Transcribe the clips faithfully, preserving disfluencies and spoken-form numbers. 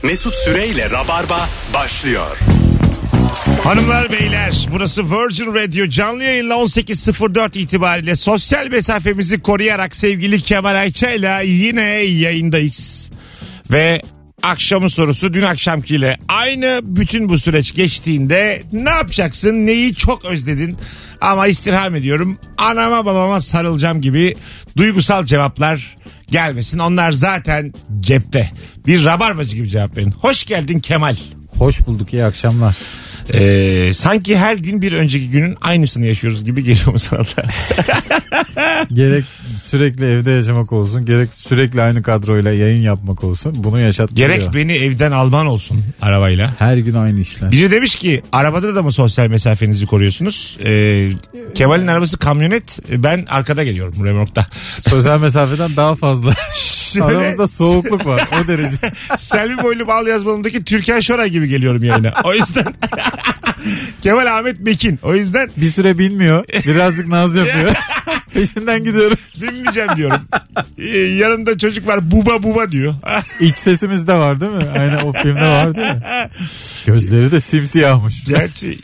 Mesut Süreyle Rabarba başlıyor. Hanımlar beyler, burası Virgin Radio, canlı yayınla on sekiz sıfır dört itibariyle sosyal mesafemizi koruyarak sevgili Kemal Ayça'yla yine yayındayız. Ve akşamın sorusu dün akşamkiyle aynı. Bütün bu süreç geçtiğinde ne yapacaksın, neyi çok özledin ama istirham ediyorum anama babama sarılacağım gibi duygusal cevaplar gelmesin. Onlar zaten cepte. Bir rabarbacı gibi cevap verin. Hoş geldin Kemal. Hoş bulduk, iyi akşamlar. Ee, sanki her gün bir önceki günün aynısını yaşıyoruz gibi geliyor mu sana da? Gerek sürekli evde yaşamak olsun, gerek sürekli aynı kadroyla yayın yapmak olsun, bunu yaşattırıyor. Gerek beni evden alman olsun arabayla. Her gün aynı işler. Biri demiş ki arabada da mı sosyal mesafenizi koruyorsunuz? Ee, Kemal'in arabası kamyonet, ben arkada geliyorum remorkta. Sosyal mesafeden daha fazla. Şöyle... Aramızda soğukluk var o derece. Selvi Boylu Bal yazmalımdaki Türkan Şoray gibi geliyorum yayına. O yüzden Kemal Ahmet Mekin. O yüzden bir süre bilmiyor. Birazcık naz yapıyor. Peşinden gidiyorum. Bilmeyeceğim diyorum. Ee, yanında çocuk var, buba buba diyor. İç sesimiz de var değil mi? Aynen o filmde vardı ya. Gözleri de simsiyahmış. Gerçi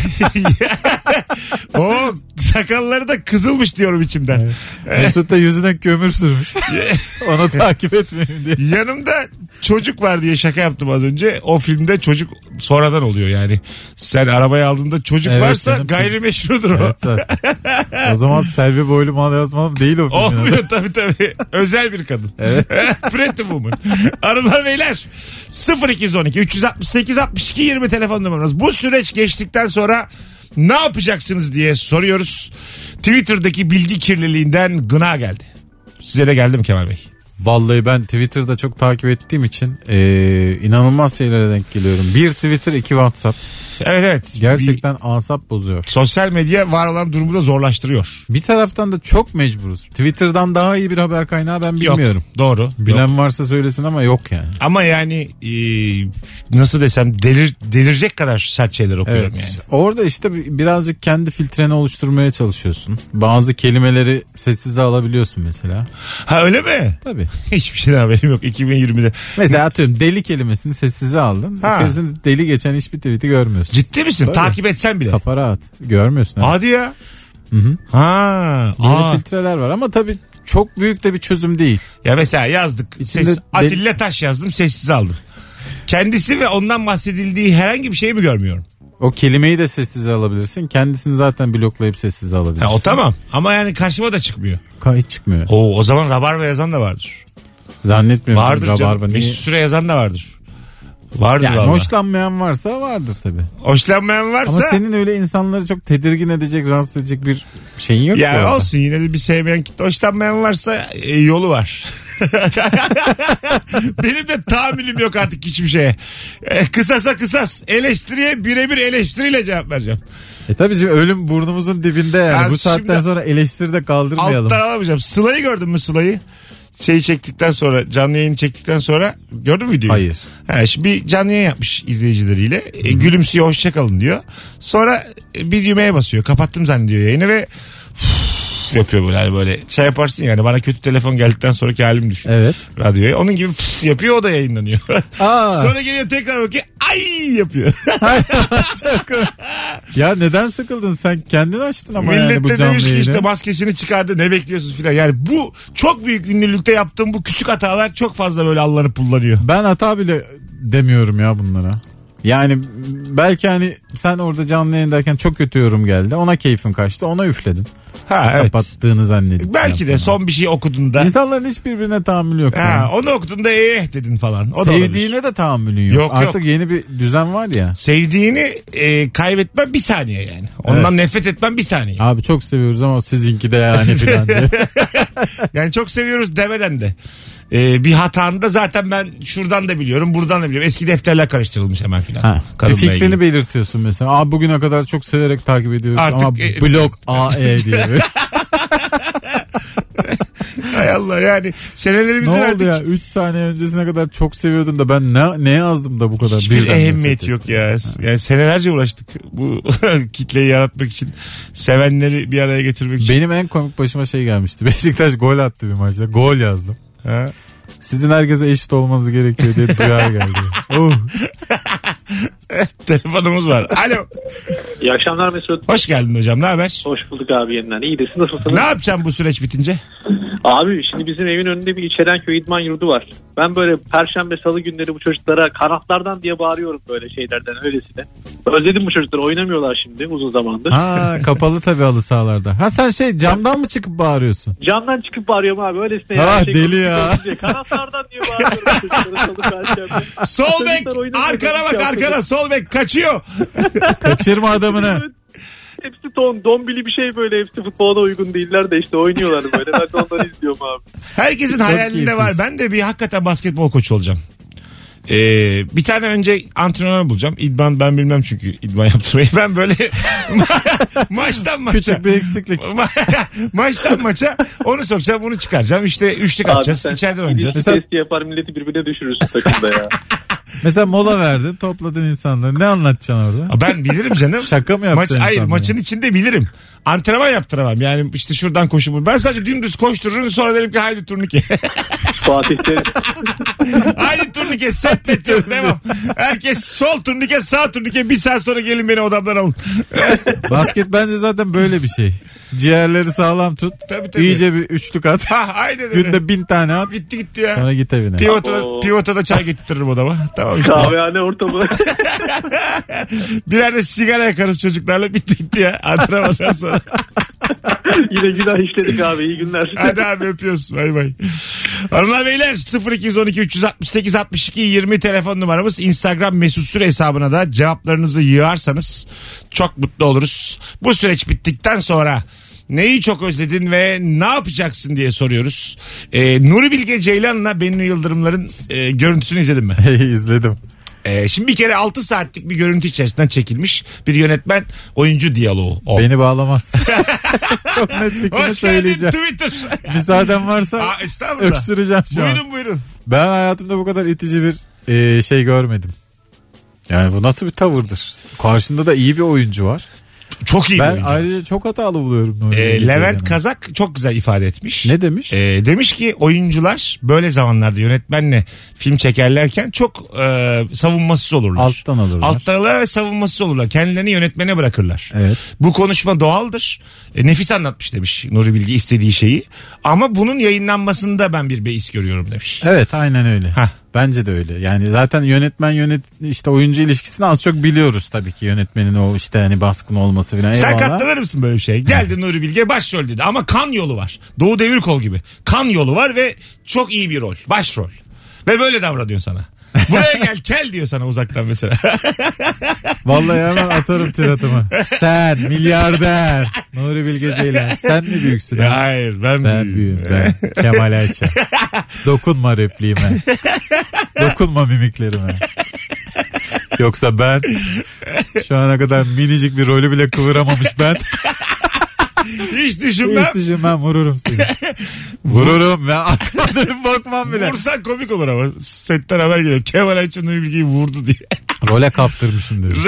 o sakalları da kızılmış diyorum içimden. Evet. Mesut da yüzüne kömür sürmüş. Onu takip etmeyeyim diye. Yanımda çocuk var diye şaka yaptım az önce. O filmde çocuk sonradan oluyor yani. Sen arabayı aldığında çocuk evet, varsa canım, gayrimeşrudur o. Evet, zaten. O zaman Selvi Boylu Mal yazmalım değil o filmin. Olmuyor tabii tabii. Özel bir kadın. Evet. Pretty woman. Hanımlar beyler, sıfır iki on iki üç altı sekiz altmış iki yirmi telefon numaramız. Bu süreç geçtikten sonra ne yapacaksınız diye soruyoruz. Twitter'daki bilgi kirliliğinden gına geldi. Size de geldi mi Kemal Bey? Vallahi ben Twitter'da çok takip ettiğim için ee, inanılmaz şeylere denk geliyorum. Bir Twitter, iki WhatsApp. Evet evet. Gerçekten bir, asap bozuyor. Sosyal medya var olan durumu da zorlaştırıyor. Bir taraftan da çok mecburuz. Twitter'dan daha iyi bir haber kaynağı ben bilmiyorum. Yok, doğru. Bilen yok. varsa söylesin ama yok yani. Ama yani e, nasıl desem delir, delirecek kadar sert şeyler okuyorum evet. yani. Orada işte birazcık kendi filtreni oluşturmaya çalışıyorsun. Bazı kelimeleri sessize alabiliyorsun mesela. Ha öyle mi? Tabii. Hiçbir şeyden haberim yok iki bin yirmide. Mesela atıyorum deli kelimesini sessize aldın. Ha. İçerisinde deli geçen hiçbir tweet'i görmüyorsun. Ciddi misin? Tabii. Takip etsen bile. Kafa rahat. Görmüyorsun. Evet. Hadi ya. Hı hı. Ha. Böyle Aa. filtreler var ama tabii çok büyük de bir çözüm değil. Ya mesela yazdık. Ses, deli... Atilla Taş yazdım, sessiz aldım. Kendisi ve ondan bahsedildiği herhangi bir şeyi mi görmüyorum? O kelimeyi de sessize alabilirsin. Kendisini zaten bloklayıp sessize alabilirsin. Ha, o tamam ama yani karşıma da çıkmıyor. Hiç çıkmıyor. Oo, o zaman Rabarba yazan da vardır. Zannetmiyorum. Vardır canım. Mesut Süre yazan da vardır. Vardır yani vallahi. Hoşlanmayan varsa vardır tabii. Hoşlanmayan varsa. Ama senin öyle insanları çok tedirgin edecek, rahatsız edecek bir şeyin yok. Ya ki olsun yine de bir sevmeyen kitle. Hoşlanmayan varsa e, yolu var. Benim de tahammülüm yok artık hiçbir şeye. E, kısasa kısas. Eleştiriye birebir eleştiriyle cevap vereceğim. E tabii şimdi ölüm burnumuzun dibinde yani. yani bu saatten sonra eleştiri de kaldırmayalım. Alttan alamayacağım. Sıla'yı gördün mü Sıla'yı? Şeyi çektikten sonra, canlı yayını çektikten sonra gördün mü videoyu? Hayır. Ha, şimdi bir canlı yayın yapmış izleyicileriyle. E, gülümsüyor, hoşçakalın diyor. Sonra e, bir düğmeye basıyor. Kapattım zannediyor yayını ve uf, yapıyor böyle, hani böyle şey yaparsın yani, bana kötü telefon geldikten sonraki halim düşün. Evet. Radyoya. Onun gibi uf, yapıyor, o da yayınlanıyor. Aa. Sonra geliyor tekrar bakıyor. Ay yapıyor. Ya neden sıkıldın sen? Kendin açtın ama millet yani bu de canlı demiş ki yayını. işte maskesini çıkardı, ne bekliyorsunuz filan. Yani bu çok büyük ünlülükte yaptığım bu küçük hatalar çok fazla böyle allanıp pullanıyor. Ben hata bile demiyorum ya bunlara. Yani belki hani sen orada canlı yayındayken çok kötü yorum geldi. Ona keyfin kaçtı. Ona üfledin. Ha, evet. Kapattığını zannedip. Belki de son bir şey okudun da. İnsanların hiçbirbirine tahammülü yok. Ha, yani. Onu okudun da eh dedin falan. O sevdiğine de tahammülün yok. Yok Artık yok. yeni bir düzen var ya. Sevdiğini e, kaybetmen bir saniye yani. Ondan evet. Nefret etmen bir saniye. Abi çok seviyoruz ama sizinki de yani filan diye. Yani çok seviyoruz demeden de. Ee, bir hatanda zaten ben şuradan da biliyorum, buradan da biliyorum. Eski defterler karıştırılmış hemen filan. Bir fikrini ilgili belirtiyorsun mesela. Aa, bugüne kadar çok severek takip ediyoruz artık, ama e, blok A E diye. Hay Allah, yani senelerimizin ne artık... oldu ya? üç saniye öncesine kadar çok seviyordun da ben ne, ne yazdım da bu kadar? Hiçbir ehemmiyeti yok ya. Yani senelerce uğraştık bu kitleyi yaratmak için. Sevenleri bir araya getirmek için. Benim en komik başıma şey gelmişti. Beşiktaş gol attı bir maçta. Gol yazdım. Ha? Sizin herkese eşit olmanız gerekiyor diye duyar geldi. Oh. Telefonumuz var. Alo. İyi akşamlar Mesut. Hoş geldin hocam. Ne haber? Hoş bulduk abi yeniden. İyi de siz nasılsınız? Ne yapacağım bu süreç bitince? Abi şimdi bizim evin önünde bir İçerenköy idman yurdu var. Ben böyle perşembe salı günleri bu çocuklara kanatlardan diye bağırıyorum böyle şeylerden öylesine. Özledim bu çocukları, oynamıyorlar şimdi uzun zamandır. Ha, kapalı tabii halı sahalarda. Ha sen şey camdan mı çıkıp bağırıyorsun? Camdan çıkıp bağırıyorum abi öylesine. Ha ya. Şey, deli ya. diye. Kanatlardan diye bağırıyorum çocuklara salı perşembe. Sol bek arkana bak arkana sol bek kaçıyor. Kaçırma adamını. Hepsi ton, dombili bir şey böyle, hepsi futbola uygun değiller de işte oynuyorlar böyle. Ben de onları izliyorum abi. Herkesin Çok hayalinde keyifli. var. Ben de bir hakikaten basketbol koçu olacağım. Ee, bir tane önce antrenör bulacağım. İdman ben bilmem çünkü idman yaptırmayı. Ben böyle ma- maçtan maça. Küçük bir eksiklik. Ma- maçtan maça onu sokacağım, bunu çıkaracağım. İşte üçlük atacağız. İçeriden oynayacağız. Mesela... Testi yapar milleti birbirine düşürürsün takımda ya. Mesela mola verdin, topladın insanları. Ne anlatacaksın orada? Ben bilirim canım. Şaka mı Maç, yapacaksın hayır insanlara? maçın içinde bilirim. Antrenman yaptıramam. Yani işte şuradan koşu. Ben sadece dümdüz koştururum, sonra derim ki haydi turnike. Fatih Terim. Haydi turnike set set yok devam. Herkes sol turnike sağ turnike, bir saat sonra gelin beni odamdan alın. Basket bence zaten böyle bir şey. Ciğerleri sağlam tut. Tabii, tabii. İyice bir üçlük at. Ha aynen öyle. Günde bin tane at. Bitti gitti ya. Sonra git evine. Pivotada, Oo. pivotada çay getirtirim odama. Tamam işte. Kahvehane ortamı. Birer de sigara yakarız çocuklarla, bitti gitti ya. Antrenmandan sonra. Yine günah işledik abi, iyi günler. Hadi abi öpüyoruz. Bay bay. Hanımlar beyler sıfır iki on iki üç altı sekiz altmış iki yirmi telefon numaramız. Instagram mesut süre hesabına da cevaplarınızı yığarsanız çok mutlu oluruz. Bu süreç bittikten sonra neyi çok özledin ve ne yapacaksın diye soruyoruz. Ee, Nuri Bilge Ceylan'la Bennu Yıldırımlar'ın e, görüntüsünü izledin mi? İzledim. Ee, şimdi bir kere altı saatlik bir görüntü içerisinden çekilmiş bir yönetmen oyuncu diyaloğu. O. Beni bağlamaz. Çok net fikrimi Hoş geldin söyleyeceğim. Twitter. Müsaaden varsa Aa, estağfurullah. öksüreceğim şu an. Buyurun buyurun. Ben hayatımda bu kadar itici bir e, şey görmedim. Yani bu nasıl bir tavırdır? Karşında da iyi bir oyuncu var. Çok iyi bir Ben oyuncu. ayrıca çok hatalı buluyorum. Nuri Ee, Bilge Levent Ceylan'ı. Kazak çok güzel ifade etmiş. Ne demiş? Ee, demiş ki oyuncular böyle zamanlarda yönetmenle film çekerlerken çok e, savunmasız olurlar. Alttan alırlar. Alttan alırlar ve savunmasız olurlar. Kendilerini yönetmene bırakırlar. Evet. Bu konuşma doğaldır. E, nefis anlatmış demiş Nuri Bilge istediği şeyi. Ama bunun yayınlanmasında ben bir beis görüyorum demiş. Evet aynen öyle. Hah. Bence de öyle. Yani zaten yönetmen yönet işte oyuncu ilişkisini az çok biliyoruz tabii ki, yönetmenin o işte hani baskın olması falan. Sen eyvallah. katlanır mısın böyle bir şey? Geldi Nuri Bilge başrol dedi ama kan yolu var. Doğu Demirkol gibi. Kan yolu var ve çok iyi bir rol. Başrol. Ve böyle davranıyor sana. Buraya gel kel diyor sana uzaktan mesela. Vallahi hemen atarım tiratımı. Sen milyarder. Nuri Bilge Ceylan. Sen mi büyüksün? Ya ha? hayır ben, Ben büyüğüm. büyüğüm ben. Kemal Ayça. Dokunma repliğime. Dokunma mimiklerime. Yoksa ben şu ana kadar minicik bir rolü bile kıvıramamış ben. Hiç düşünmem. Hiç düşünmem, vururum seni. Vururum ve arkama dönüp bakmam bile. Vursan komik olur ama. Setten haber geliyor. Kemal Ayça Nuri Bilge'yi vurdu diye. Role kaptırmışım derim.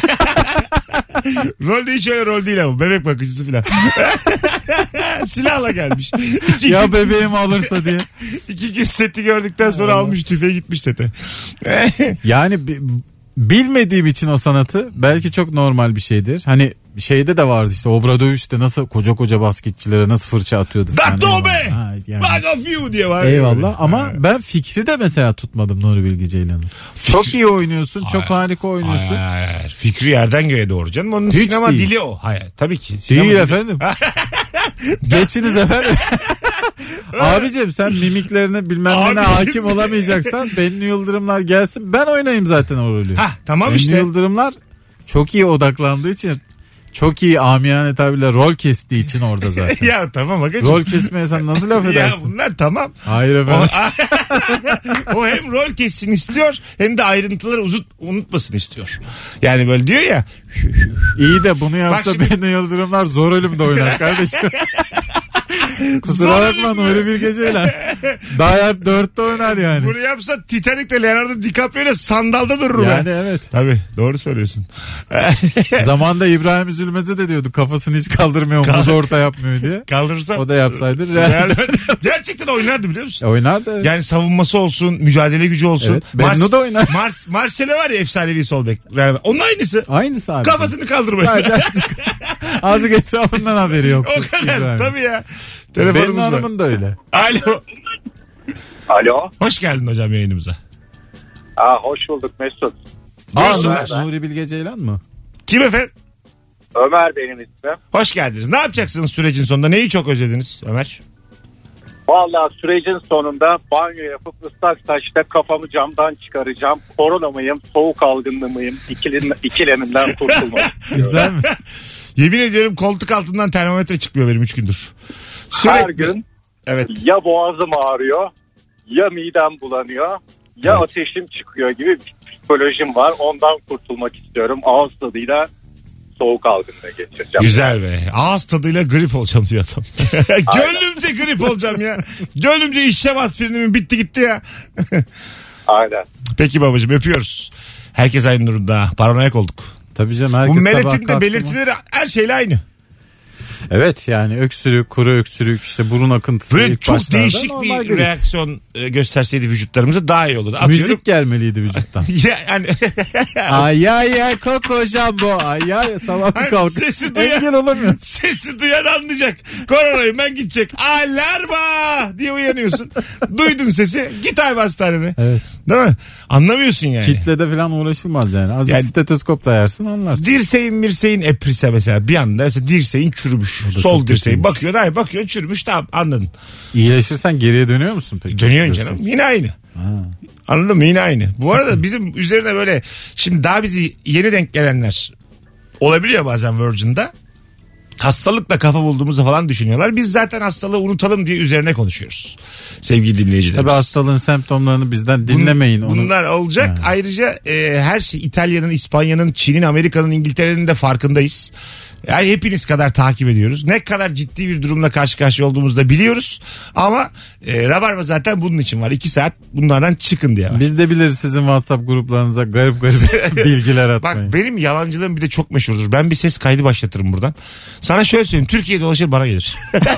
Rol de hiç öyle rol değil ama. Bebek bakıcısı filan. Silahla gelmiş. İki, Ya gün, bebeğimi alırsa diye. iki gün seti gördükten sonra almış tüfeği gitmiş sete. Yani bi- bilmediğim için o sanatı belki çok normal bir şeydir. Hani şeyde de vardı işte Obradoviç'te nasıl koca koca basketçilere nasıl fırça atıyordu. That falan. be! Ha, yani. Back of you diye var. Eyvallah böyle. ama Ha. ben fikri de mesela tutmadım Nuri Bilge Ceylan'ı. Çok iyi oynuyorsun, çok Hayır. harika oynuyorsun. Hayır. Fikri yerden göğe doğru canım. Onun Hiç sinema değil. dili o. Hayır tabii ki. Sinema Değil dili. efendim. Geçiniz efendim. Abicim sen mimiklerine bilmem ne Abicim. hakim olamayacaksan Bennu Yıldırımlar gelsin, ben oynayayım zaten o rolü. Ha tamam Bennu işte. Yıldırımlar çok iyi odaklandığı için, çok iyi amiyane tabirle rol kestiği için orada zaten. Ya tamam bagacım. Rol kesmeye sen nasıl laf Ya edersin? bunlar tamam. Hayır O, efendim. o hem rol kessin istiyor hem de ayrıntıları uzut, unutmasın istiyor. Yani böyle diyor ya. İyi de bunu yapsa Bak şimdi- Bennu Yıldırımlar zor ölümde oynar kardeşim. Kusura bakma Nuri Bilge Ceylan. Dayar dörtte oynar yani. Bunu yapsa Titanic'te Leonardo DiCaprio ile sandalda durur. Yani be. evet. Tabii doğru söylüyorsun. Zamanında İbrahim Üzülmez'e de diyordu kafasını hiç kaldırmıyor, muz orta yapmıyor diye. Kaldırırsa. O da yapsaydı. Real... Gerçekten oynardı biliyor musun? E, oynardı. Evet. Yani savunması olsun, mücadele gücü olsun. Evet. Bennu da oynar. Mars, Marcelo var ya efsanevi sol bek. Onun aynısı. Aynısı abi. Kafasını kaldırmıyor. Azıcık etrafından haberi yok. O kadar İbrahim. Tabii ya. Benim Telefonumuz var. hanımın da öyle. Alo. Alo. Hoş geldin hocam yayınımıza. Aa, hoş bulduk Mesut. Aa, Nuri Bilge Ceylan mı? Kim efendim? Ömer benim ismim. Hoş geldiniz. Ne yapacaksınız sürecin sonunda? Neyi çok özlediniz Ömer? Vallahi sürecin sonunda banyo yapıp ıslak saçta kafamı camdan çıkaracağım. Korona mıyım, soğuk algınlığı mıyım? İkilin, ikileminden kurtulmak istiyorum. Güzel mi? Yemin ediyorum koltuk altından termometre çıkmıyor benim üç gündür. Sürekli... Her gün evet. ya boğazım ağrıyor, ya midem bulanıyor, ya evet. ateşim çıkıyor gibi bir psikolojim var. Ondan kurtulmak istiyorum. Ağız tadıyla soğuk algınlığı geçireceğim. Güzel be. Ağız tadıyla grip olacağım diyor adam. Gönlümce grip olacağım ya. Gönlümce içeceğim aspirinimin, bitti gitti ya. Aynen. Peki babacığım öpüyoruz. Herkes aynı durumda. Paranoyak olduk. Tabii canım, herkes bu sabah meletin de kalktı belirtileri her şeyle aynı. Evet yani öksürük, kuru öksürük, işte burun akıntısı. Böyle ilk çok başlarda değişik normal bir grip. reaksiyon e, gösterseydi vücutlarımıza daha iyi olurdu. Atıyorum. Müzik gelmeliydi vücuttan. yani ay ay ay Coco Jumbo, ay ay sabah bir kalk. Sesi duyan, engel olamıyor. Sesi duyan anlayacak. Koronayım ben gidecek. Alarma diye uyanıyorsun. Duydun sesi, git abi hastanene. Evet. Değil mi? Anlamıyorsun yani. Kitlede falan uğraşılmaz yani. Azıcık Yani, stetoskop dayarsın anlarsın. Dirseğin mirseğin eprise mesela bir anda mesela dirseğin çürümüş. Sol dirseğin bakıyor hayır bakıyor çürümüş, tamam anladın. İyileşirsen geriye dönüyor musun peki? Dönüyorsun canım yine aynı. Ha. Anladın mı? Yine aynı. Bu arada bizim üzerine böyle şimdi daha bizi yeni denk gelenler olabiliyor bazen Virgin'da. Hastalıkla kafa bulduğumuzu falan düşünüyorlar. Biz zaten hastalığı unutalım diye üzerine konuşuyoruz. Sevgili dinleyicilerimiz. Tabii hastalığın semptomlarını bizden dinlemeyin. Bun, bunlar onu. olacak. Ha. Ayrıca e, her şey İtalya'nın, İspanya'nın, Çin'in, Amerika'nın, İngiltere'nin de farkındayız. Yani hepiniz kadar takip ediyoruz. Ne kadar ciddi bir durumla karşı karşıya olduğumuzu da biliyoruz. Ama e, Rabarba zaten bunun için var. İki saat bunlardan çıkın diye var. Biz de biliriz sizin WhatsApp gruplarınıza garip garip bilgiler atmayın. Bak benim yalancılığım bir de çok meşhurdur. Ben bir ses kaydı başlatırım buradan. Sana şöyle söyleyeyim. Türkiye dolaşır bana gelir.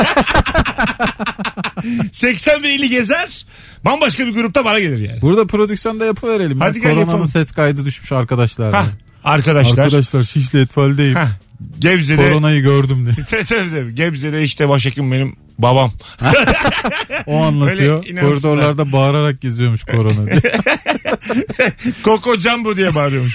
seksen bir ili gezer. Bambaşka bir grupta bana gelir yani. Burada prodüksiyonda yapıverelim. Hadi ya. gel Koronanın yapalım. ses kaydı düşmüş arkadaşlar. Hah, arkadaşlar. Arkadaşlar Şişli Etfal'deyim. Hah, Gebze'de. Koronayı gördüm diye. Gebze'de işte başhekim benim babam. O anlatıyor. Koridorlarda bağırarak geziyormuş korona diye. Coco Jumbo diye bağırıyormuş.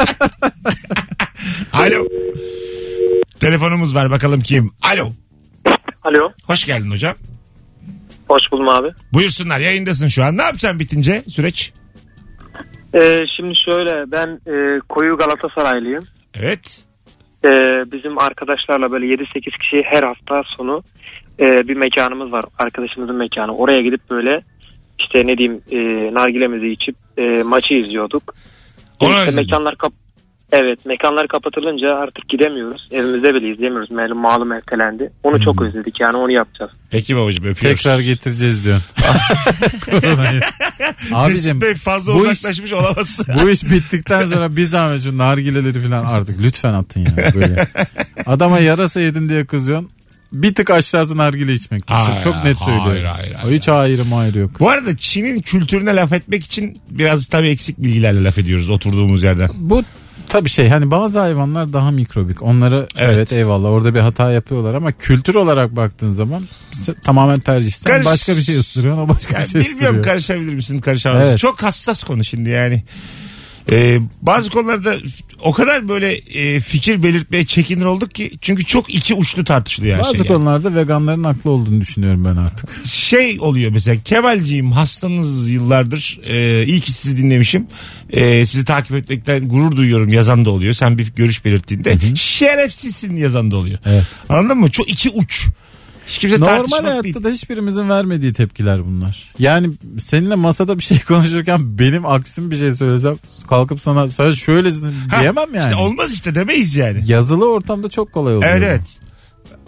Alo. Telefonumuz var bakalım kim? Alo. Alo. Hoş geldin hocam. Hoş buldum abi. Buyursunlar, yayındasın şu an. Ne yapacaksın bitince süreç? Ee, şimdi şöyle ben e, koyu Galatasaraylıyım. Evet. Ee, bizim arkadaşlarla böyle yedi sekiz kişi her hafta sonu e, bir mekanımız var. Arkadaşımızın mekanı. Oraya gidip böyle işte ne diyeyim e, nargilemizi içip e, maçı izliyorduk. Ona işte mekanlar kap Evet mekanlar kapatılınca artık gidemiyoruz. Evimizde bile izleyemiyoruz. Malum, malum ertelendi. Onu hmm. çok özledik yani onu yapacağız. Peki babacığım öpüyoruz. Tekrar getireceğiz diyorsun. Koronayı. Abicim Bey fazla uzaklaşmış iş, olamazsın. Bu iş bittikten sonra bir zahmet şu nargileleri falan artık lütfen atın ya böyle. Adama yarasa yedin diye kızıyorsun. Bir tık aşağısı nargile içmek. Hayır, çok net söylüyorum. Hayır, hayır, hayır, o hiç ayrım ayrı yok. Bu arada Çin'in kültürüne laf etmek için biraz tabii eksik bilgilerle laf ediyoruz oturduğumuz yerden. Bu tabii şey hani bazı hayvanlar daha mikrobik. Onları evet, evet eyvallah orada bir hata yapıyorlar ama kültür olarak baktığın zaman tamamen tercih. Sen Karış... başka bir şey ısırıyorsun o başka yani bir şey bilmiyorum, ısırıyor. Bilmiyorum karışabilir misin karışamaz. Evet. Çok hassas konu şimdi yani. Ee, bazı konularda o kadar böyle e, fikir belirtmeye çekinir olduk ki çünkü çok iki uçlu tartışılıyor her bazı şey. Bazı konularda yani. Veganların haklı olduğunu düşünüyorum ben artık. Şey oluyor mesela Kemalciğim hastanız yıllardır ee, iyi ki sizi dinlemişim ee, sizi takip etmekten gurur duyuyorum yazan da oluyor. Sen bir görüş belirttiğinde hı hı. Şerefsizsin yazan da oluyor. Evet. Anladın mı? Çok iki uç. Hiç kimse normal hayatta değil. Da hiçbirimizin vermediği tepkiler bunlar. Yani seninle masada bir şey konuşurken benim aksim bir şey söylesem kalkıp sana söyle şöylesin diyemem yani. İşte olmaz işte demeyiz yani. Yazılı ortamda çok kolay oluyor. Evet evet.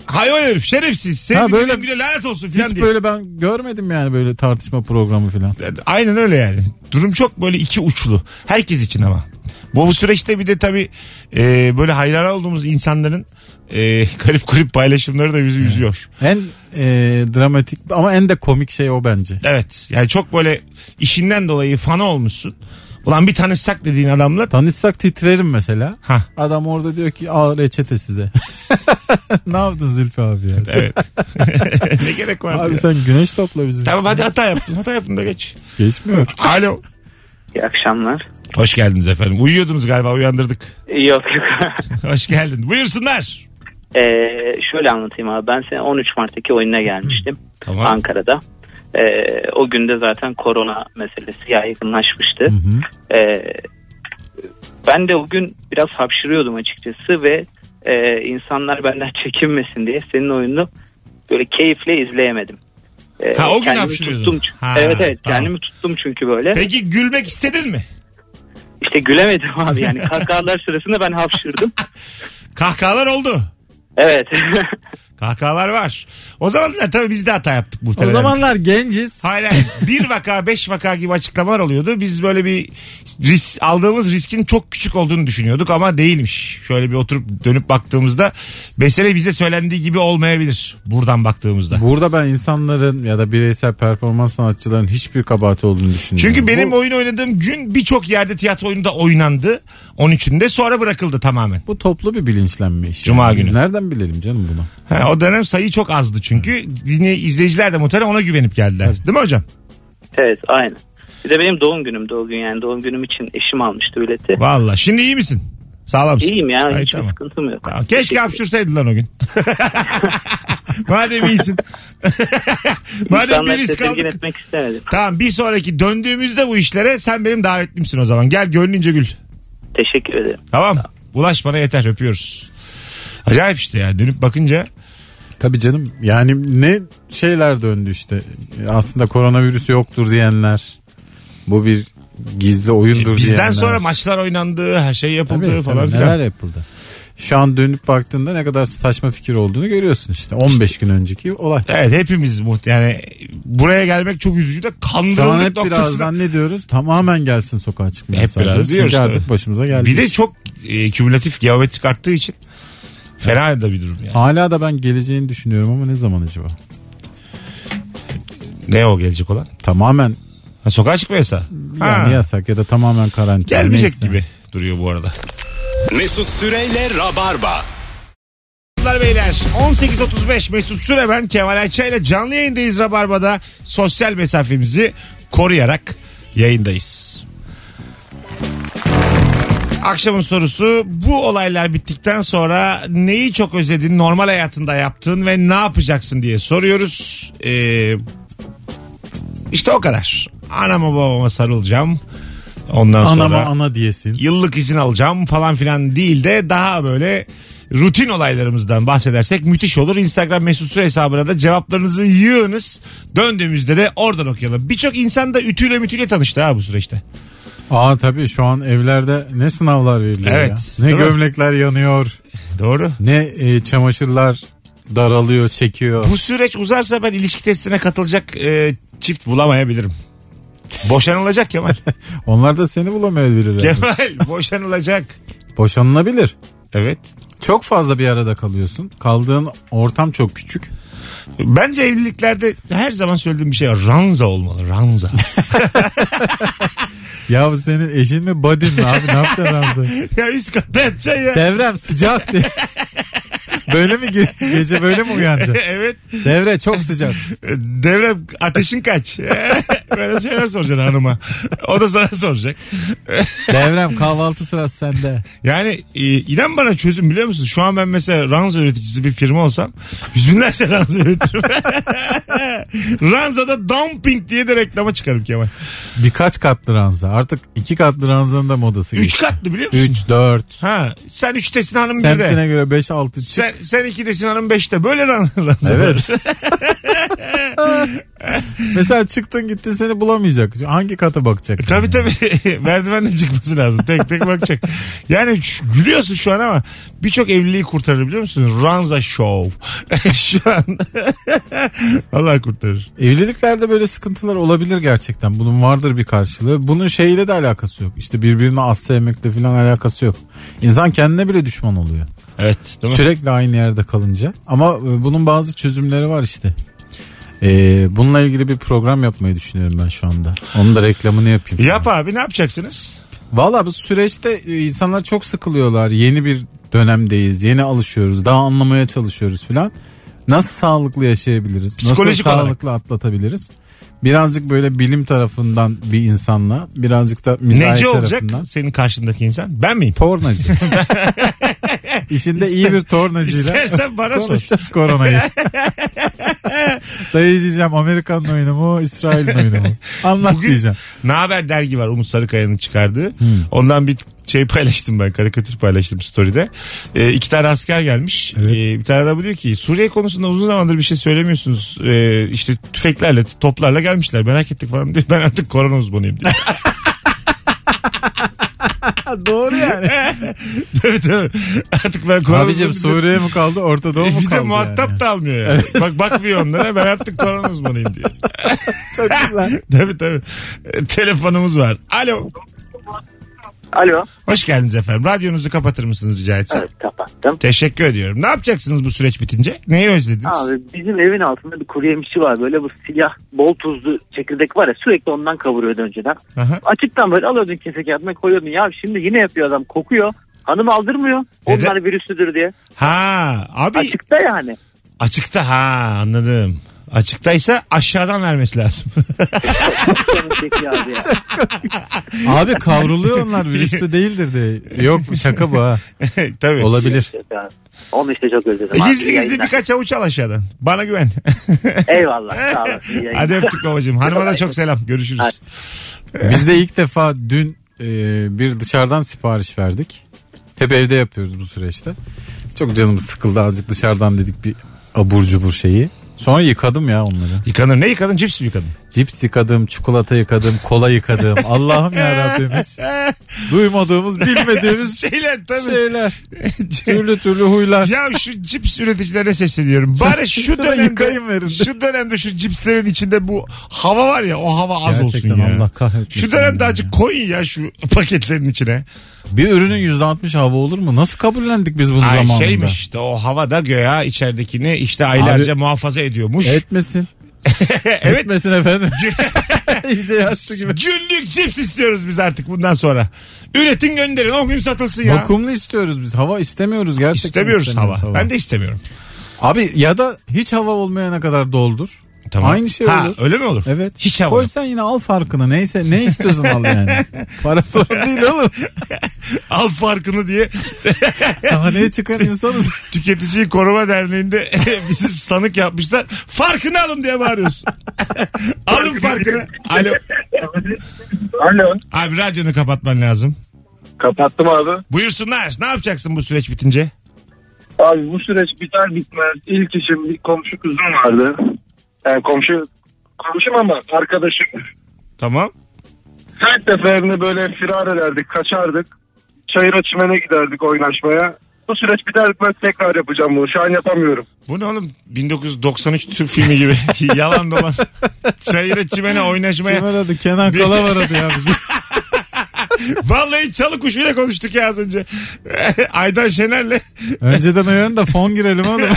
Hayvan herif, şerefsiz. Seni Ha, böyle- böyle lanet olsun falan Hiç diye. böyle ben görmedim yani böyle tartışma programı falan. Aynen öyle yani. Durum çok böyle iki uçlu. Herkes için ama. Bu, bu süreçte bir de tabii e, böyle hayran olduğumuz insanların e, garip garip paylaşımları da bizi üzüyor. En e, dramatik ama en de komik şey o bence. Evet. Yani çok böyle işinden dolayı fanı olmuşsun. Ulan bir tanışsak dediğin adamla. Tanışsak titrerim mesela. Ha. Adam orada diyor ki al reçete size. Ne yaptın Zülfü abi ya? Evet. Ne gerek var? Abi ya? sen güneş topla bizim. Tamam hadi hata yaptın. Hata yaptın da geç. Geçmiyor. Alo. İyi akşamlar. Hoş geldiniz efendim. Uyuyordunuz galiba, uyandırdık. Yok yok. Hoş geldin. Buyursunlar. Ee, şöyle anlatayım abi. Ben sene on üç Mart'taki oyununa gelmiştim. Tamam. Ankara'da. Ee, o günde zaten korona meselesi yaygınlaşmıştı. Hı hı. Ee, ben de o gün biraz hapşırıyordum açıkçası ve e, insanlar benden çekinmesin diye senin oyununu böyle keyifle izleyemedim. Ee, Ha, o gün kendimi hapşırıyordun. tuttum. Ha, evet evet tamam. kendimi tuttum çünkü böyle. Peki gülmek istedin mi? İşte gülemedim abi yani kahkahalar sırasında ben hapşırdım. Kahkahalar oldu. Evet. Kahkahalar var. O zamanlar tabii biz de hata yaptık O muhtemelen. zamanlar genciz. Hayır hayır. Bir vaka beş vaka gibi açıklamalar oluyordu. Biz böyle bir risk, aldığımız riskin çok küçük olduğunu düşünüyorduk ama değilmiş. Şöyle bir oturup dönüp baktığımızda mesele bize söylendiği gibi olmayabilir. Buradan baktığımızda. Burada ben insanların ya da bireysel performans sanatçıların hiçbir kabahati olduğunu düşünüyorum. Çünkü benim bu, oyun oynadığım gün birçok yerde tiyatro oyununda oynandı. on üçünde sonra bırakıldı tamamen. bu toplu bir bilinçlenme işi. Cuma Biz günü. nereden bilelim canım bunu? Ha, o dönem sayı çok azdı çünkü. Dinle, izleyiciler de muhtemelen ona güvenip geldiler. Değil mi hocam? Evet aynen. Bir de benim doğum günümdü o gün yani doğum günüm için eşim almıştı bileti. Valla. Şimdi iyi misin? Sağlam mısın? İyiyim ya Ay, hiçbir tamam. sıkıntım yok. Tamam. Keşke hapşırsaydın lan o gün. Madem iyisin. Madem bir İnsanları risk tedirgin aldık. etmek istemedim. Tamam, bir sonraki döndüğümüzde bu işlere sen benim davetlimsin o zaman. Gel gönlünce gül. Teşekkür ederim. Tamam. Ulaş bana yeter, öpüyoruz. Acayip işte ya, dönüp bakınca. Tabii canım yani ne şeyler döndü işte. Aslında koronavirüs yoktur diyenler. Bu bir gizli oyundur Bizden diyenler. sonra maçlar oynandı, her şey yapıldı Tabii, falan tabii, filan. neler yapıldı. Şu an dönüp baktığında ne kadar saçma fikir olduğunu görüyorsun işte. on beş gün önceki olay. Evet, hepimiz muht yani buraya gelmek çok üzücü de Şu an kandırıldık hep noktasına. birazdan ne diyoruz? Tamamen gelsin sokağa çıkmaya. Hep sadece. biraz diyoruz Çünkü artık tabii. başımıza geldi. Bir de çok e, kümülatif geometrik arttığı için fena da bir durum yani. Hala da ben geleceğini düşünüyorum ama ne zaman acaba? Ne o gelecek olan? Tamamen Ha, sokağa çıkma yasağı. yani Ha, yasak ya da tamamen karantina. gelmeyecek neyse. gibi duruyor bu arada. Mesut Süreyle Rabarba. Hanımlar beyler, on sekiz otuz beş Mesut Süre, ben Kemal Ayça ile canlı yayındayız Rabarba'da. Sosyal mesafemizi koruyarak yayındayız. Akşamın sorusu, bu olaylar bittikten sonra neyi çok özledin, normal hayatında yaptığın ve ne yapacaksın diye soruyoruz. Ee, işte o kadar. Anama babama sarılacağım. Ondan Anama sonra ana diyesin. yıllık izin alacağım falan filan değil de daha böyle rutin olaylarımızdan bahsedersek müthiş olur. Instagram Mesut Süre hesabına da cevaplarınızı yığınız. Döndüğümüzde de oradan okuyalım. Birçok insan da ütüyle mütüyle tanıştı ha bu süreçte. Aa tabii şu an evlerde ne sınavlar veriliyor Evet, ya. Ne değil mi? gömlekler yanıyor. Doğru. Ne e, çamaşırlar daralıyor, çekiyor. Bu süreç uzarsa ben ilişki testine katılacak e, çift bulamayabilirim. Boşanılacak Kemal. Onlar da seni bulamayabilirler. Kemal boşanılacak. Boşanılabilir. Evet. Çok fazla bir arada kalıyorsun. Kaldığın ortam çok küçük. Bence evliliklerde her zaman söylediğim bir şey var. Ranza olmalı. Ranza. Ya bu senin eşin mi budin mi abi, ne yapacaksın Ramza? Ya üst katta yatacaksın ya. Devrem sıcak diye. Böyle mi ge- gece böyle mi uyanacaksın? Evet. Devre çok sıcak. Devrem ateşin kaç? Böyle şeyler soracaksın hanıma. O da sana soracak. Devrem kahvaltı sırası sende. Yani e, inan bana çözüm, biliyor musun? Şu an ben mesela ranza üreticisi bir firma olsam yüz binlerce ranza üretirim. Ranzada dumping diye de reklama çıkarım Kemal. Birkaç katlı ranza. Artık iki katlı ranzanın da modası Üç geçti. katlı biliyor musun? Üç, dört. Ha, sen üçtesin hanım bir de. Semtine göre beş, altı çık. Sen, sen ikidesin hanım beşte. Böyle ran- ranza Evet. var. Mesela çıktın gittin seni bulamayacak. Hangi kata bakacak? Yani? Tabii tabii. Merdivenden çıkması lazım. Tek tek bakacak. Yani şu, gülüyorsun şu an ama birçok evliliği kurtarır biliyor musun? Runs a show. Şu an. Allah kurtarır. Evliliklerde böyle sıkıntılar olabilir gerçekten. Bunun vardır bir karşılığı. Bunun şeyle de alakası yok. İşte birbirini az sevmekle falan alakası yok. İnsan kendine bile düşman oluyor. Evet. Değil mi? Sürekli aynı yerde kalınca. Ama bunun bazı çözümleri var işte. Ee, bununla ilgili bir program yapmayı düşünüyorum ben şu anda. Onun da reklamını yapayım. Yap sana. abi, ne yapacaksınız? Valla bu süreçte insanlar çok sıkılıyorlar. Yeni bir dönemdeyiz. Yeni alışıyoruz. Daha anlamaya çalışıyoruz falan. Nasıl sağlıklı yaşayabiliriz? Psikolojik Nasıl olarak. sağlıklı atlatabiliriz? Birazcık böyle bilim tarafından bir insanla, birazcık da mizahi Neci tarafından. olacak senin karşındaki insan? Ben miyim? Tornacı. İşinde iyi bir tornacıyla İstersen bana sor. konuşacağız koronayı. Dayı diyeceğim, Amerika'nın oyunu mu, İsrail'in oyunu mu? Anlat Bugün diyeceğim. Ne Haber dergi var, Umut Sarıkaya'nın çıkardığı. Hmm. Ondan bir şey paylaştım ben, karikatür paylaştım story'de. Ee, iki tane asker gelmiş. Evet. Ee, bir tane de bu diyor ki Suriye konusunda uzun zamandır bir şey söylemiyorsunuz. Ee, işte tüfeklerle, toplarla gelmişler, merak ettik falan diyor. Ben artık korona uzmanıyım diyor. Doğru yani. Tabii tabii. Artık ben korona Abicim uzmanıyım. Suriye mi kaldı, Orta Doğu mu kaldı? Bir de muhatap yani? da almıyor yani. Bak bakmıyor onlara, ben artık korona uzmanıyım diyor. Çok güzel. Tabii tabii. Ee, telefonumuz var. Alo. Alo. Hoş geldiniz efendim. Radyonuzu kapatır mısınız rica etsem? Evet, kapattım. Teşekkür ediyorum. Ne yapacaksınız bu süreç bitince? Neyi özlediniz? Abi bizim evin altında bir kuru yemişçi var, böyle bu siyah bol tuzlu çekirdek var ya, sürekli ondan kavuruyordu önceden. Aha. Açıktan böyle alıyordun kese kağıdına koyuyordun, ya şimdi yine yapıyor adam, kokuyor. Hanım aldırmıyor. Neden? Onlar virüslüdür diye. Ha abi Açıkta yani. açıkta, ha anladım. Açıktaysa aşağıdan vermesi lazım. Canım çekiyor abi ya. Abi kavruluyor onlar, virüslü değildir de. Yok şaka bu ha. Tabii. Olabilir. Onu işte çok özledim. abi. Gizli gizli Yayınlar. birkaç avuç al aşağıdan. Bana güven. Eyvallah, sağ olasın. İyi yayınlar. Hadi öptük babacığım. Hanıma da çok selam. Görüşürüz. Hadi. Biz de ilk defa dün e, bir dışarıdan sipariş verdik. Hep evde yapıyoruz bu süreçte. Çok canımız sıkıldı, azıcık dışarıdan dedik bir abur cubur şeyi. Sonra yıkadım ya onları. Yıkanır. Ne yıkadın? Cips mi yıkadın? Cips yıkadım, çikolata yıkadım, kola yıkadım. Allah'ım yarabbim, hiç duymadığımız, bilmediğimiz Şeyler tabii. şeyler. Türlü türlü huylar. Ya şu cips üreticilerine sesleniyorum. Bari şu Şurada dönemde yıkayın verin de. şu dönemde şu cipslerin içinde bu hava var ya, o hava az Gerçekten olsun ya. Allah kahretmesin. Şu dönemde ya. azıcık koyun ya şu paketlerin içine. Bir ürünün yüzde altmış hava olur mu? Nasıl kabullendik biz bunu Ay zamanında? şeymiş işte, o havada göya içeridekini işte aylarca Abi- muhafaza ediyormuş. Etmesin. Evet. Etmesin efendim. İyice yaşlı gibi. Günlük cips istiyoruz biz artık bundan sonra. Üretin, gönderin, o gün satılsın ya. Vakumlu istiyoruz biz. Hava istemiyoruz gerçekten. İstemiyoruz hava. Ben de istemiyorum. Abi ya da hiç hava olmayana kadar doldur. Tamam. Aynı şey ha, olur. öyle mi olur? Evet. Hiç hava. Koysan yine al farkını. Neyse, ne istiyorsan al yani. Para sorun değil oğlum. Al farkını diye Sahneye çıkan insanız. Tüketiciyi Koruma Derneği'nde bizi sanık yapmışlar. Farkını alın diye bağırıyoruz. Alın farkını. Alo. Alo. Abi radyonu kapatman lazım. Kapattım abi. Buyursunlar. Ne yapacaksın bu süreç bitince? Abi bu süreç biter bitmez ilk işim, bir komşu kızım vardı. Yani komşu komşum ama arkadaşım. Tamam. Her seferinde böyle firar ederdik, kaçardık. Çayıra çimene giderdik oynaşmaya. Bu süreç biter bitmez tekrar yapacağım bunu. Şu an yapamıyorum. Bu ne oğlum? bin dokuz yüz doksan üç Türk filmi gibi. Yalan dolan. Çayıra çimene oynaşmaya. Kim aradı? Kenan Kala aradı ya bizi. Vallahi çalı kuşuyla konuştuk ya az önce. Aydan Şener'le. Önceden uyanın da fon girelim oğlum.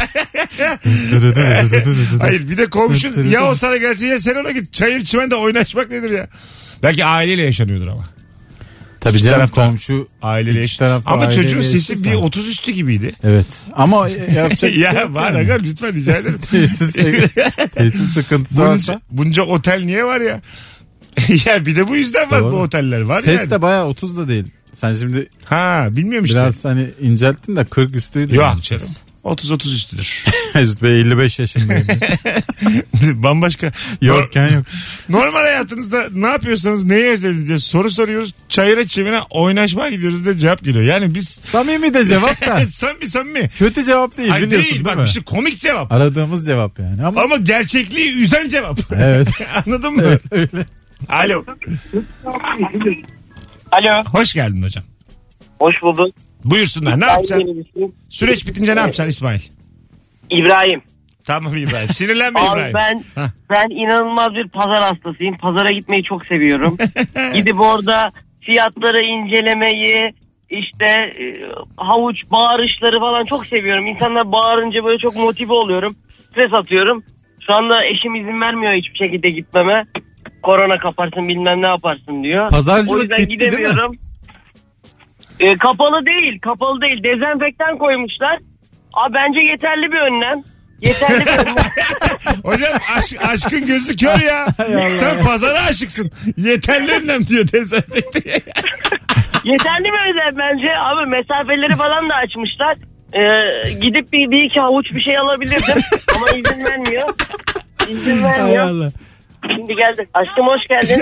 Hayır, bir de komşu ya o sana gelsin ya sen ona git. Çayır çimende oynaşmak nedir ya? Belki aileyle yaşanıyordur ama. Tabii İki canım, tarafta komşu aileyle iki yaş- tarafta Ama aileyle çocuğun sesi yaşıyorsan. bir otuz üstü gibiydi. Evet. Ama yapacak bir şey Ya yok var yani. aga, lütfen rica ederim. Tesis, tesis sıkıntısı bunca, varsa. bunca otel niye var ya? Ya bir de bu yüzden var. Doğru. Bu oteller var Ses yani. de bayağı otuz da değil. Sen şimdi Ha bilmiyorum işte. biraz hani incelttin de kırk üstüydü. Yok yani canım. ses. otuz otuz üstüdür. Mesut Bey elli beş yaşındayım. Bambaşka. Yokken yok. Normal hayatınızda ne yapıyorsanız neyi özlediniz diye soru soruyoruz. Çayıra çimine oynaşmaya gidiyoruz diye cevap geliyor. Yani biz... Samimi de cevap da. samimi samimi. Kötü cevap değil. Hayır biliyorsun değil. değil Bak mi? işte komik cevap. Aradığımız cevap yani. Ama, Ama gerçekliği üzen cevap. Evet. Anladın mı? Evet, öyle. Alo. Alo. Hoş geldin hocam. Hoş bulduk. Buyursunlar. Ne yapacaksın? Süreç bitince ne yapacaksın İsmail? İbrahim. Tamam İbrahim. Sinirlenme Abi İbrahim. ben Hah. ben inanılmaz bir pazar hastasıyım. Pazara gitmeyi çok seviyorum. Gidip orada fiyatları incelemeyi, işte e, havuç bağırışları falan çok seviyorum. İnsanlar bağırınca böyle çok motive oluyorum. Stres atıyorum. Şu anda eşim izin vermiyor hiçbir şekilde gitmeme. Korona kaparsın bilmem ne yaparsın diyor. Pazarcılık o yüzden bitti gidemiyorum. E, kapalı değil, kapalı değil. Dezenfektan koymuşlar. Abi bence yeterli bir önlem. Yeterli bir önlem. Hocam aşk, aşkın gözü kör ya. Sen pazara aşıksın. Yeterli önlem diyor dezenfekte. Yeterli bir önlem bence. Abi mesafeleri falan da açmışlar. Ee, gidip bir, bir iki havuç bir şey alabilirdim. Ama izin vermiyor. İzin Hay vermiyor. Allah. Şimdi geldi. Aşkım hoş geldin.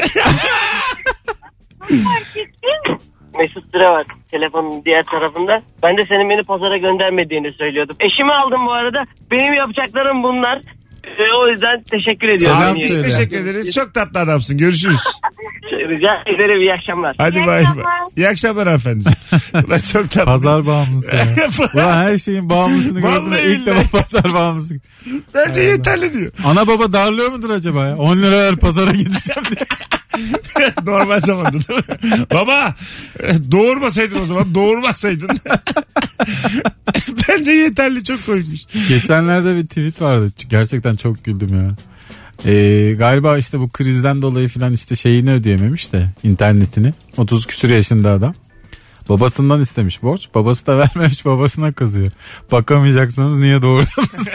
Mesut Süre var telefonun diğer tarafında. Ben de senin beni pazara göndermediğini söylüyordum. Eşimi aldım bu arada. Benim yapacaklarım bunlar. Ee, o yüzden teşekkür ediyorum. Selam, İyi biz söyle. teşekkür ederiz. Çok tatlı adamsın. Görüşürüz. Rica ederim, iyi akşamlar. Hadi bay bay. İyi akşamlar hanımefendiciğim. Ulan çok tatlı. Pazar bağımlısı ya. Ulan her şeyin bağımlısını gördüm Vallahi de ilk billahi. defa pazar bağımlısı. Bence yeterli diyor. Ana baba darlıyor mudur acaba ya? on lira ver pazara gideceğim diye. Normal zamanda değil mi? Baba doğurmasaydın o zaman doğurmasaydın. Bence yeterli, çok koymuş. Geçenlerde bir tweet vardı. Gerçekten çok güldüm ya. Ee, galiba işte bu krizden dolayı filan işte şeyini ödeyememiş de internetini. otuz küsur yaşında adam. Babasından istemiş borç. Babası da vermemiş, babasına kızıyor. Bakamayacaksanız niye doğurdunuz?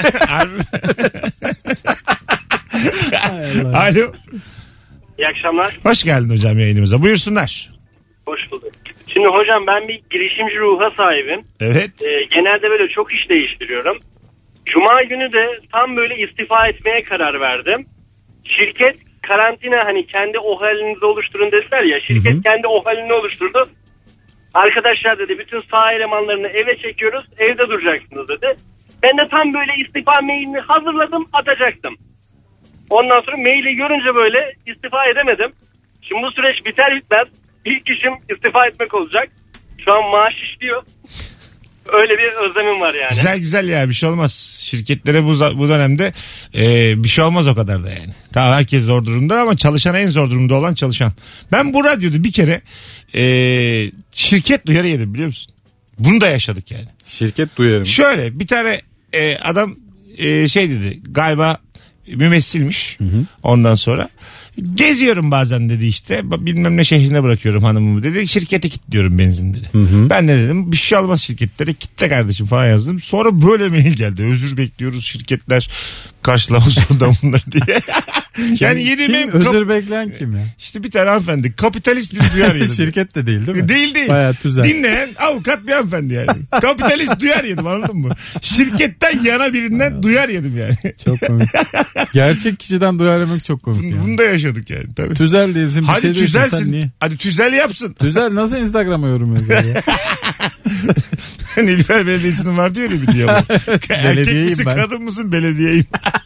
Alo. İyi akşamlar. Hoş geldin hocam yayınımıza. Buyursunlar. Hoş bulduk. Şimdi hocam ben bir girişimci ruha sahibim. Evet. Ee, genelde böyle çok iş değiştiriyorum. Cuma günü de tam böyle istifa etmeye karar verdim. Şirket karantina hani kendi o halinizi oluşturun dediler ya. Şirket hı hı. kendi o halini oluşturdu. Arkadaşlar dedi bütün saha elemanlarını eve çekiyoruz, evde duracaksınız dedi. Ben de tam böyle istifa mailini hazırladım, atacaktım. Ondan sonra maili görünce böyle istifa edemedim. Şimdi bu süreç biter bitmez ilk işim istifa etmek olacak. Şu an maaş işliyor. Öyle bir özlemim var yani. Güzel güzel ya, bir şey olmaz. Şirketlere bu, bu dönemde e, bir şey olmaz o kadar da yani. Tamam herkes zor durumda ama çalışan en zor durumda olan çalışan. Ben bu radyoda bir kere e, şirket duyarı yedim biliyor musun? Bunu da yaşadık yani. Şirket duyarım. Şöyle bir tane e, adam e, şey dedi galiba mümessilmiş. Hı hı. Ondan sonra geziyorum bazen dedi işte bilmem ne şehrine bırakıyorum hanımımı dedi, şirkete kilitliyorum benzin dedi. Hı hı. Ben de dedim bir şey olmaz şirketlere, kitle kardeşim falan yazdım. Sonra böyle mail geldi, özür bekliyoruz şirketler karşılamak zorunda bunlar diye. Kim, yani yediğim kim özür kap- bekleyen kim ya? İşte bir tane hanımefendi kapitalist bir duyar yedi. Şirket de değil değil mi? Değil değil. Bayağı tüzel. Dinleyen avukat bir hanımefendi yani. Kapitalist duyar yedim, anladın mı? Şirketten yana birinden duyar yedim yani. Çok komik. Gerçek kişiden duyar yemek çok komik yani. Bunu da yaşadık yani tabii. Tüzel değilsin bir hadi şey değilsin sen niye? Hadi tüzel yapsın. Tüzel nasıl Instagram'a yorum yazıyor ya? Nilüfer Belediyesi'nin vardı öyle bir diyalog. Erkek misin ben. kadın mısın belediyeyim.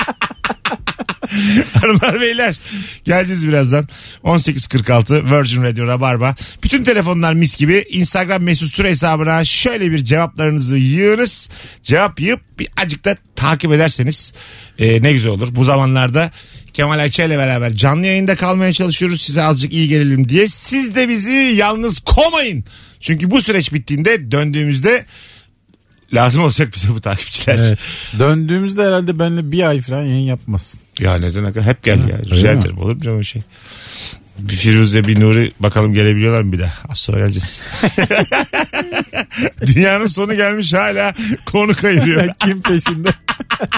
Hanımlar beyler geleceğiz birazdan. on sekiz kırk altı Virgin Radio Rabarba. Bütün telefonlar mis gibi. Instagram Mesut Süre hesabına şöyle bir cevaplarınızı yığınız. Cevap yığıp bir acık da takip ederseniz e, ne güzel olur. Bu zamanlarda Kemal Ayça ile beraber canlı yayında kalmaya çalışıyoruz. Size azıcık iyi gelelim diye. Siz de bizi yalnız koymayın. Çünkü bu süreç bittiğinde döndüğümüzde lazım olacak bize bu takipçiler. Evet. Döndüğümüzde herhalde benimle bir ay falan yayın yapmasın. Ya neden? Hep gel ha, ya. Rica ederim. Olur mu canım o şey? Bir Firuze bir Nuri bakalım gelebiliyorlar mı bir daha? Az sonra geleceğiz. Dünyanın sonu gelmiş hala konu kayırıyor. Kim peşinde?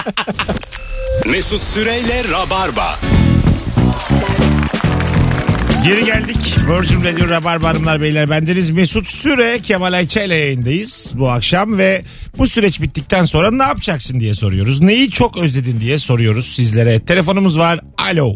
Mesut Süreyle Rabarba. Geri geldik. Virgin Radio Rabarba Hanımlar Beyler, bendeniz Mesut Süre, Kemal Ayça ile yayındayız bu akşam ve bu süreç bittikten sonra ne yapacaksın diye soruyoruz. Neyi çok özledin diye soruyoruz sizlere. Telefonumuz var. Alo.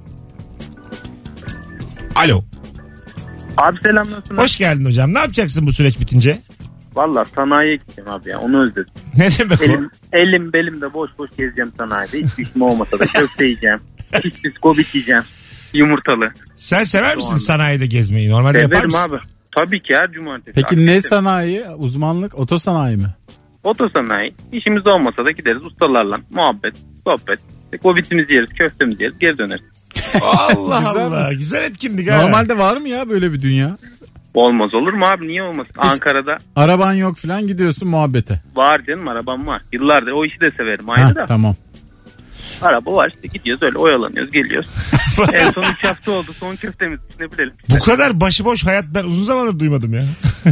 Alo. Abi selam, nasılsın? Hoş geldin hocam. Ne yapacaksın bu süreç bitince? Valla sanayiye gideceğim abi ya, onu özledim. Ne demek elim, o? Elim belim de boş boş gezeceğim sanayide. Hiçbir işim olmasa da köfte yiyeceğim. Hiç biskobit yiyeceğim. Yumurtalı. Sen sever misin anda sanayide gezmeyi? Normalde yapar Severim mısın? abi. Tabii ki her cumartesi. Peki abi. ne sanayi? Uzmanlık otosanayi mi? Otosanayi. İşimiz olmasa da gideriz ustalarla muhabbet, sohbet. Kobitimizi yeriz, köftemizi yeriz, geri döneriz. Allah Güzel Allah. mi? Güzel etkinlik ha. Normalde var mı ya böyle bir dünya? Olmaz olur mu abi, niye olmasın? Hiç- Ankara'da Araban yok falan, gidiyorsun muhabbete. var canım, arabam var. Yıllardır o işi de severim ayrı Ha, da. tamam. Araba var işte, gidiyoruz öyle oyalanıyoruz, geliyoruz. En son üç hafta oldu, son köftemiz ne bilelim. Bu kadar başıboş hayat ben uzun zamandır duymadım ya.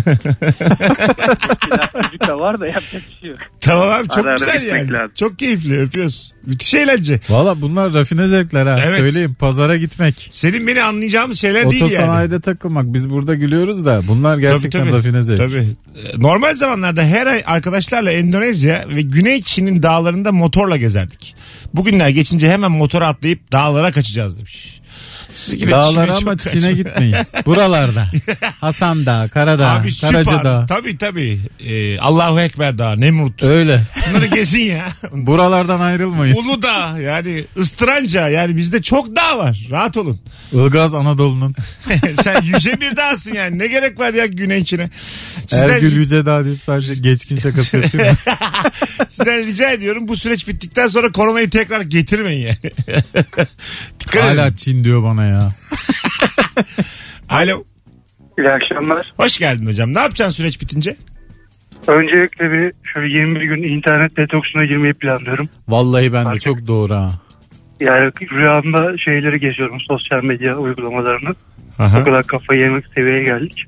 Çocuk da var da yapacak bir şey yok. Tamam abi, çok Ara ara güzel gitmek yani. lazım. Çok keyifli, öpüyoruz. Müthiş eğlence. Valla bunlar rafine zevkler ha. Evet. Söyleyeyim, pazara gitmek. Senin beni anlayacağımız şeyler değil yani. Otosanayide takılmak. Biz burada gülüyoruz da bunlar gerçekten Tabii, tabii. rafine zevk. Tabii. Ee, Normal zamanlarda her ay arkadaşlarla Endonezya ve Güney Çin'in dağlarında motorla gezerdik. Bugünler geçince hemen motora atlayıp dağlara kaçacağız demiş. Siz Dağlara ama Çin'e gitmeyin. Buralarda. Hasan Dağı, Karadağ, Abi süper. Karaca Dağı. Tabii tabii. Ee, Allahu Ekber Dağı, Nemrut. Öyle. Bunları gezin ya. Buralardan ayrılmayın. Uludağ, yani Istıranca, yani bizde çok dağ var. Rahat olun. Ilgaz Anadolu'nun. Sen yüce bir dağsın yani. Ne gerek var ya Güney Çin'e? Ergül Yüce Dağ deyip sadece geçkin şakası yapayım mı? Sizden rica ediyorum, bu süreç bittikten sonra koronayı tekrar getirmeyin yani. Dikkat edin. Hala Çin diyor bana ya. Alo. İyi akşamlar. Hoş geldin hocam. Ne yapacaksın süreç bitince? Öncelikle bir şöyle yirmi bir gün internet detoksuna girmeyi planlıyorum. Vallahi ben de Artık- çok doğru ha. Yani rüyamda şeyleri geziyorum, sosyal medya uygulamalarını. Aha. O kadar kafayı yemek seviyeye geldik.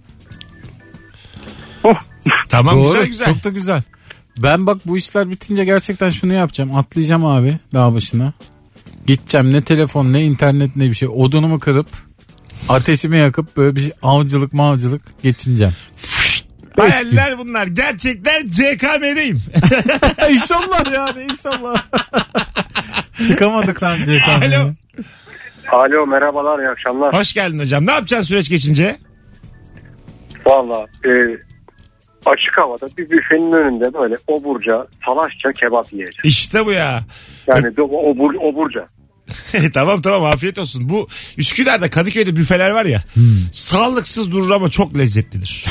Oh. Tamam, Doğru, güzel güzel. çok da güzel. Ben bak bu işler bitince gerçekten şunu yapacağım. Atlayacağım abi dağ başına. Gideceğim, ne telefon ne internet ne bir şey. Odunumu kırıp ateşimi yakıp böyle bir şey, avcılık mavcılık geçineceğim. Hayaller bunlar. Gerçekler C K M'deyim. İnşallah yani inşallah. Çıkamadık lan C K M'ye. Alo. Alo, merhabalar, iyi akşamlar. Hoş geldin hocam. Ne yapacaksın süreç geçince? Valla e, açık havada bir büfenin önünde böyle oburca, salaşça kebap yiyeceğim. İşte bu ya. Yani de obur, oburca. Tamam tamam, afiyet olsun. Bu Üsküdar'da, Kadıköy'de büfeler var ya. Hmm. Sağlıksız durur ama çok lezzetlidir.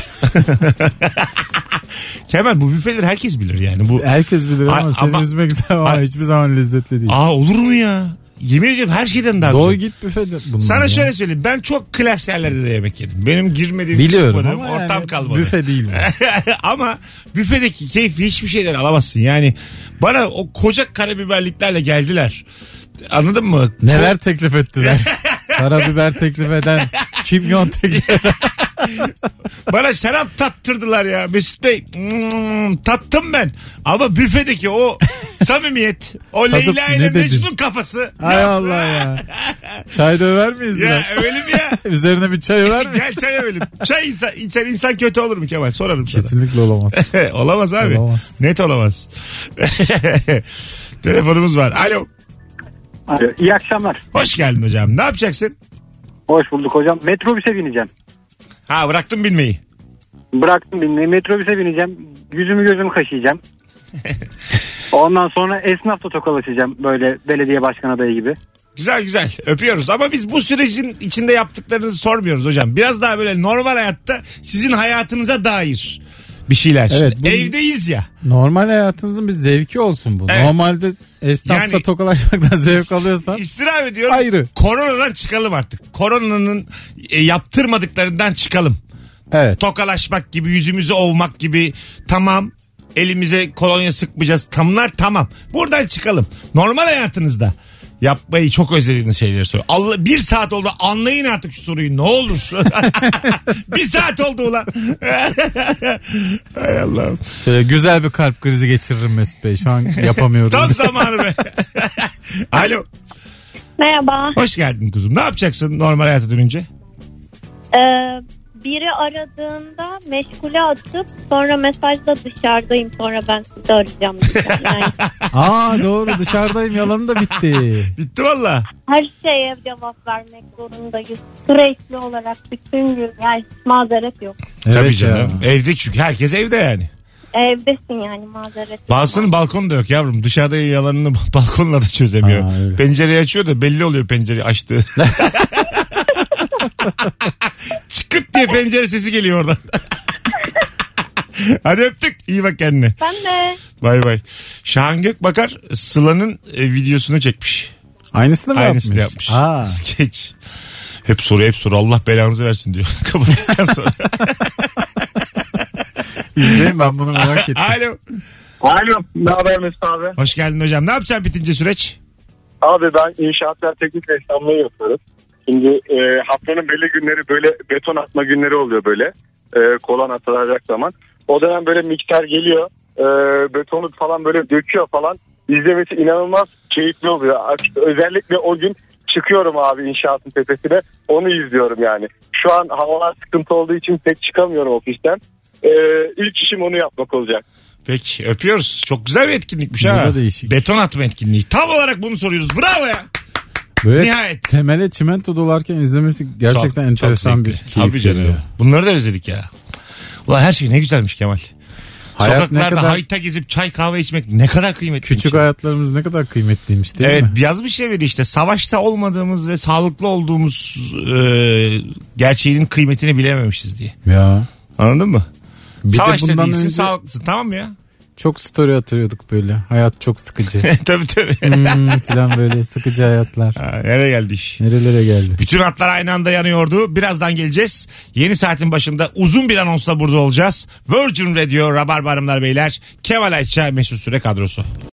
Kemal, bu büfeleri herkes bilir yani. Bu Herkes bilir ama A- seni ama- üzmek istemem ama A- hiçbir zaman lezzetli değil. Aa, olur mu ya? Yemin ediyorum her şeyden daha Doy güzel. git büfede bunlar Sana ya. şöyle söyleyeyim. Ben çok klas yerlerde de yemek yedim. Benim girmediğim, Biliyorum çıkmadığım ama ortam yani kalmadı. büfe değil mi? Ama büfedeki keyfi hiçbir şeyden alamazsın. Yani bana o koca karabiberliklerle geldiler. Anladın mı? Neler teklif ettiler? Karabiber teklif eden, kimyon teklif eden. Bana şarap tattırdılar ya Mesut Bey. Hmm, tattım ben. Ama büfedeki o samimiyet, o Tadıp Leyla ne ile dedin? Mecnun kafası. Hay Allah ya. Çay da över miyiz Ya biraz? öyle mi ya? Üzerine bir çay över miyiz? Gel çay övelim. Çay insan, içen insan kötü olur mu Kemal? Sorarım sana. Kesinlikle olamaz. Olamaz abi. Olamaz. Net olamaz. Telefonumuz var. Alo. Alo, iyi akşamlar. Hoş geldin hocam. Ne yapacaksın? Hoş bulduk hocam. Metrobüse bineceğim. Ha, bıraktım bilmeyi. Bıraktım binmeyi. Metrobüse bineceğim. Yüzümü gözümü kaşıyacağım. Ondan sonra esnafla tokalaşacağım. Böyle belediye başkan adayı gibi. Güzel güzel, öpüyoruz ama biz bu sürecin içinde yaptıklarınızı sormuyoruz hocam. Biraz daha böyle normal hayatta sizin hayatınıza dair bir şeyler. Evet, işte. bu- Evdeyiz ya. Normal hayatınızın bir zevki olsun bu. Evet. Normalde esnafla Yani- tokalaşmaktan zevk alıyorsan İstirham ediyorum. ayrı. Koronadan çıkalım artık. Koronanın e, yaptırmadıklarından çıkalım. Evet. Tokalaşmak gibi, yüzümüzü ovmak gibi, tamam. Elimize kolonya sıkmayacağız. Tamlar tamam. Buradan çıkalım. Normal hayatınızda yapmayı çok özlediğiniz şeyleri soruyor. Allah, bir saat oldu, anlayın artık şu soruyu ne olur. Bir saat oldu ulan. Hay Allah'ım. Şöyle güzel bir kalp krizi geçiririm Mesut Bey. Şu an yapamıyoruz. Tam zamanı be. Alo. Merhaba. Hoş geldin kuzum. Ne yapacaksın normal hayata dönünce? Ee, biri aradığında meşgule atıp sonra mesajda dışarıdayım sonra ben sizi arayacağım. Yani. Aa doğru, dışarıdayım yalanı da bitti. Bitti valla. Her şeye cevap vermek zorundayız. Sürekli olarak bütün gün yani mazeret yok. Evet Tabii canım. ya. Evde çünkü herkes evde yani. Evdesin yani mazeret yok. Bazısının balkonu da yok yavrum. Dışarıda yalanını balkonla da çözemiyor. Aa, pencereyi açıyor da belli oluyor pencereyi açtığı. Çıkırt diye pencere sesi geliyor oradan. Hadi öptük. İyi bak kendine. Ben de. Bay bay. Şahan Gökbakar Sıla'nın e, videosunu çekmiş. Aynısını mı Aynısını yapmış? yapmış. Aa. Skeç. Hep soru hep soru. Allah belanızı versin diyor. Kapattıktan sonra. İzleyin, ben bunu merak ettim. Alo. Alo. Ne haber Mesut abi? Hoş geldin hocam. Ne yapacaksın bitince süreç? Abi ben inşaatlar teknik ressamlığı yapıyorum. Şimdi e, haftanın belli günleri böyle beton atma günleri oluyor böyle. E, kolan atılacak zaman. O dönem böyle miktar geliyor. E, betonu falan böyle döküyor falan. İzlemesi inanılmaz keyifli oluyor. Artık özellikle o gün çıkıyorum abi inşaatın tepesine. Onu izliyorum yani. Şu an havalar sıkıntı olduğu için pek çıkamıyorum ofisten. E, ilk işim onu yapmak olacak. Peki öpüyoruz. Çok güzel bir etkinlikmiş Bu ha. da değişik. Beton atma etkinliği. Tam olarak bunu soruyoruz. Bravo ya. Böyle Nihayet. temele çimento dolarken izlemesi gerçekten Çok- enteresan çok bir zevkli. keyif Tabii canım. veriyor. Bunları da özledik ya. Ulan her şey ne güzelmiş Kemal. Hayat Sokaklarda ne kadar- hayta gezip çay kahve içmek ne kadar kıymetli. Küçük hayatlarımız ne kadar kıymetliymiş değil Evet mi? yazmış şey böyle işte savaşta olmadığımız ve sağlıklı olduğumuz e, gerçeğinin kıymetini bilememişiz diye. Ya. Anladın mı? Bir de Savaşta bundan değilsin önce- sağlıklısın tamam mı ya? Çok story atıyorduk böyle. Hayat çok sıkıcı. tabii tabii. hmm, falan böyle sıkıcı hayatlar. Ha, nereye geldi iş? Nerelere geldi? Bütün hatlar aynı anda yanıyordu. Birazdan geleceğiz. Yeni saatin başında uzun bir anonsla burada olacağız. Virgin Radio Rabarba Hanımlar Beyler. Kemal Ayça Mesut Süre kadrosu.